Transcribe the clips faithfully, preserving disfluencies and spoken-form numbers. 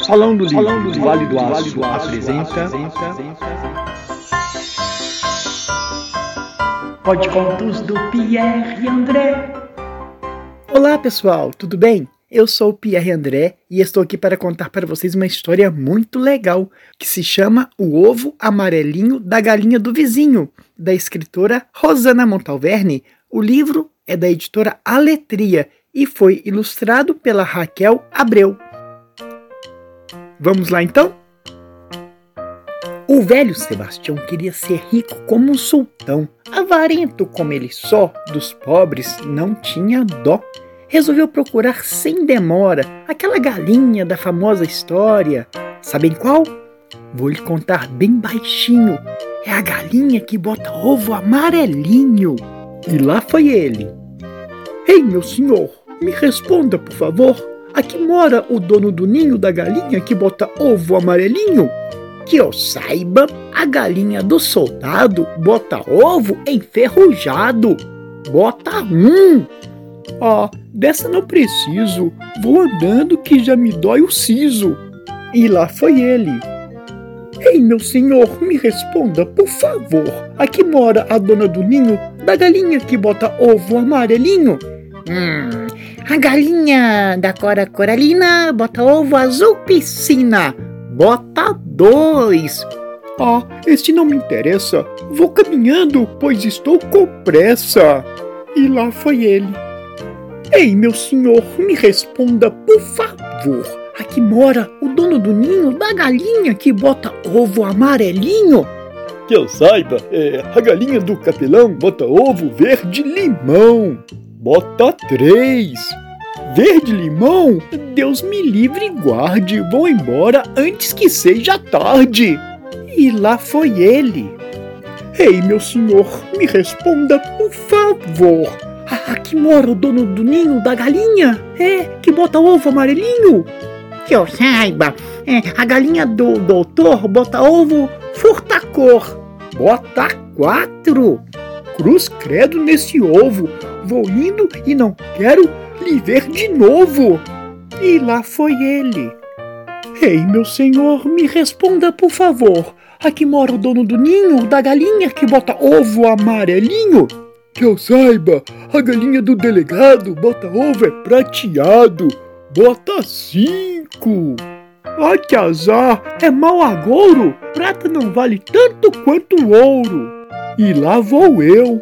Salão do Livro, Salão do Vale do Aço apresenta Podcontos do Pierre e André. Olá pessoal, tudo bem? Eu sou o Pierre André e estou aqui para contar para vocês uma história muito legal que se chama O Ovo Amarelinho da Galinha do Vizinho, da escritora Rosana Montalverne. O livro é da editora Aletria e foi ilustrado pela Raquel Abreu. Vamos lá então? O velho Sebastião queria ser rico como um sultão. Avarento como ele só, dos pobres não tinha dó. Resolveu procurar sem demora aquela galinha da famosa história. Sabem qual? Vou lhe contar bem baixinho. É a galinha que bota ovo amarelinho. E lá foi ele. Ei, meu senhor, me responda, por favor. Aqui mora o dono do ninho da galinha que bota ovo amarelinho? Que eu saiba, a galinha do soldado bota ovo enferrujado. Bota um. Ah, dessa não preciso. Vou andando que já me dói o siso. E lá foi ele. Ei, meu senhor, me responda, por favor. Aqui mora a dona do ninho da galinha que bota ovo amarelinho? Hum, a galinha da Cora Coralina bota ovo azul piscina. Bota dois. Ah, este não me interessa. Vou caminhando, pois estou com pressa. E lá foi ele. Ei, meu senhor, me responda, por favor. Aqui mora o dono do ninho da galinha que bota ovo amarelinho? Que eu saiba, é, a galinha do capelão bota ovo verde-limão. Bota três. Verde-limão? Deus me livre e guarde. Vou embora antes que seja tarde. E lá foi ele. Ei, meu senhor, me responda, por favor. Aqui mora o dono do ninho da galinha? É, que bota ovo amarelinho? Que eu saiba, é, a galinha do doutor bota ovo furtacor. Bota quatro. Cruz credo nesse ovo. Vou indo e não quero lhe ver de novo. E lá foi ele. Ei, meu senhor, me responda, por favor. Aqui mora o dono do ninho da galinha que bota ovo amarelinho? Que eu saiba, a galinha do delegado bota ovo é prateado. Bota cinco. Ah, que azar, é mau agouro. Prata não vale tanto quanto ouro. E lá vou eu.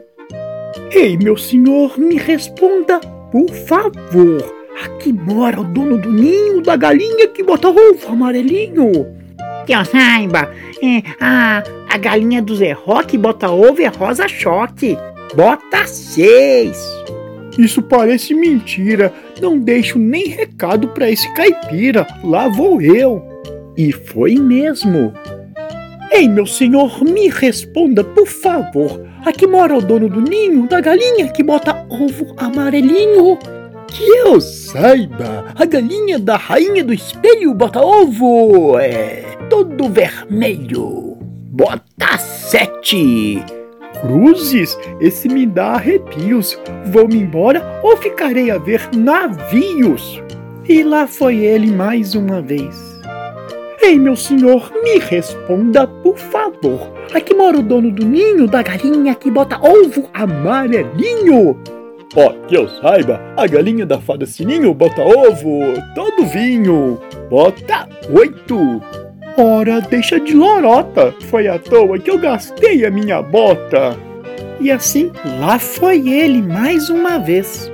Ei, meu senhor, me responda, por favor. Aqui mora o dono do ninho da galinha que bota ovo amarelinho? Que eu saiba, é, a, a galinha do Zé Roque bota ovo é rosa choque. Bota seis. Isso parece mentira. Não deixo nem recado pra esse caipira. Lá vou eu. E foi mesmo. Ei, meu senhor, me responda, por favor. Aqui mora o dono do ninho da galinha que bota ovo amarelinho? Que eu saiba, a galinha da rainha do espelho bota ovo é todo vermelho. Bota sete. Cruzes, esse me dá arrepios. Vou-me embora ou ficarei a ver navios? E lá foi ele mais uma vez. Ei, meu senhor, me responda, por favor. Aqui mora o dono do ninho da galinha que bota ovo amarelinho? Ó, oh, que eu saiba, a galinha da fada sininho bota ovo todo vinho. Bota oito. Ora, deixa de lorota. Foi à toa que eu gastei a minha bota. E assim, lá foi ele mais uma vez.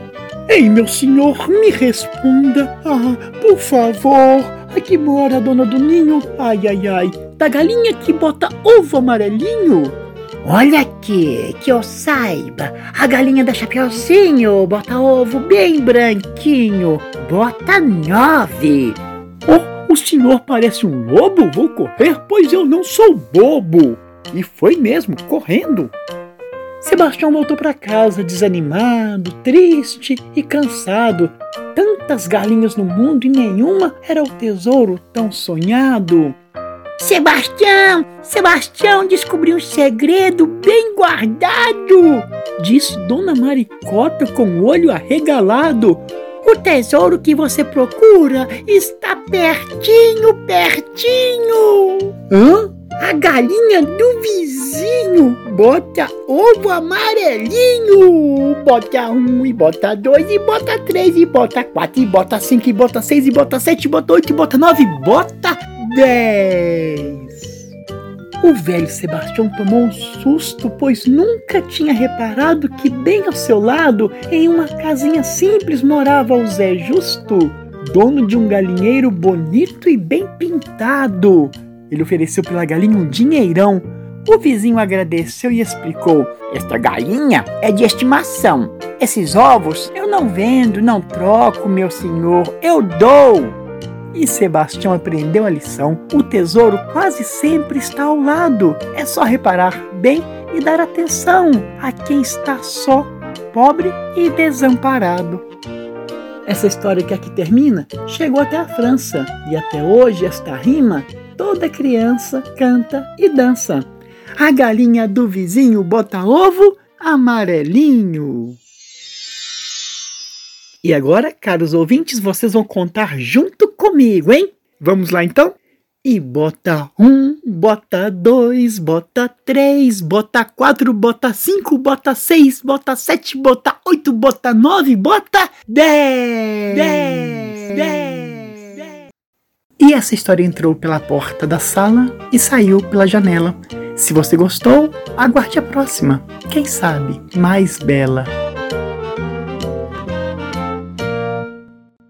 Ei, meu senhor, me responda. Ah, por favor. Aqui mora a dona do ninho, ai, ai, ai, da galinha que bota ovo amarelinho? Olha aqui, que eu saiba, a galinha da Chapeuzinho bota ovo bem branquinho. Bota nove. Oh, o senhor parece um lobo? Vou correr, pois eu não sou bobo. E foi mesmo, correndo. Sebastião voltou para casa desanimado, triste e cansado. Tantas galinhas no mundo e nenhuma era o tesouro tão sonhado. Sebastião, Sebastião descobriu um segredo bem guardado, disse Dona Maricota com o olho arregalado. O tesouro que você procura está pertinho, pertinho. Hã? A galinha do vizinho bota ovo amarelinho. Bota um, e bota dois, e bota três, e bota quatro, e bota cinco, e bota seis, e bota sete, e bota oito, e bota nove, e bota dez. O velho Sebastião tomou um susto, pois nunca tinha reparado que bem ao seu lado, em uma casinha simples, morava o Zé Justo, dono de um galinheiro bonito e bem pintado. Ele ofereceu pela galinha um dinheirão. O vizinho agradeceu e explicou: esta galinha é de estimação. Esses ovos eu não vendo, não troco, meu senhor, eu dou. E Sebastião aprendeu a lição. O tesouro quase sempre está ao lado. É só reparar bem e dar atenção a quem está só, pobre e desamparado. Essa história que aqui termina chegou até a França, e até hoje esta rima toda criança canta e dança. A galinha do vizinho bota ovo amarelinho. E agora, caros ouvintes, vocês vão contar junto comigo, hein? Vamos lá então? E bota um, bota dois, bota três, bota quatro, bota cinco, bota seis, bota sete, bota oito, bota nove, bota dez. Dez. Dez. E essa história entrou pela porta da sala e saiu pela janela. Se você gostou, aguarde a próxima. Quem sabe mais bela.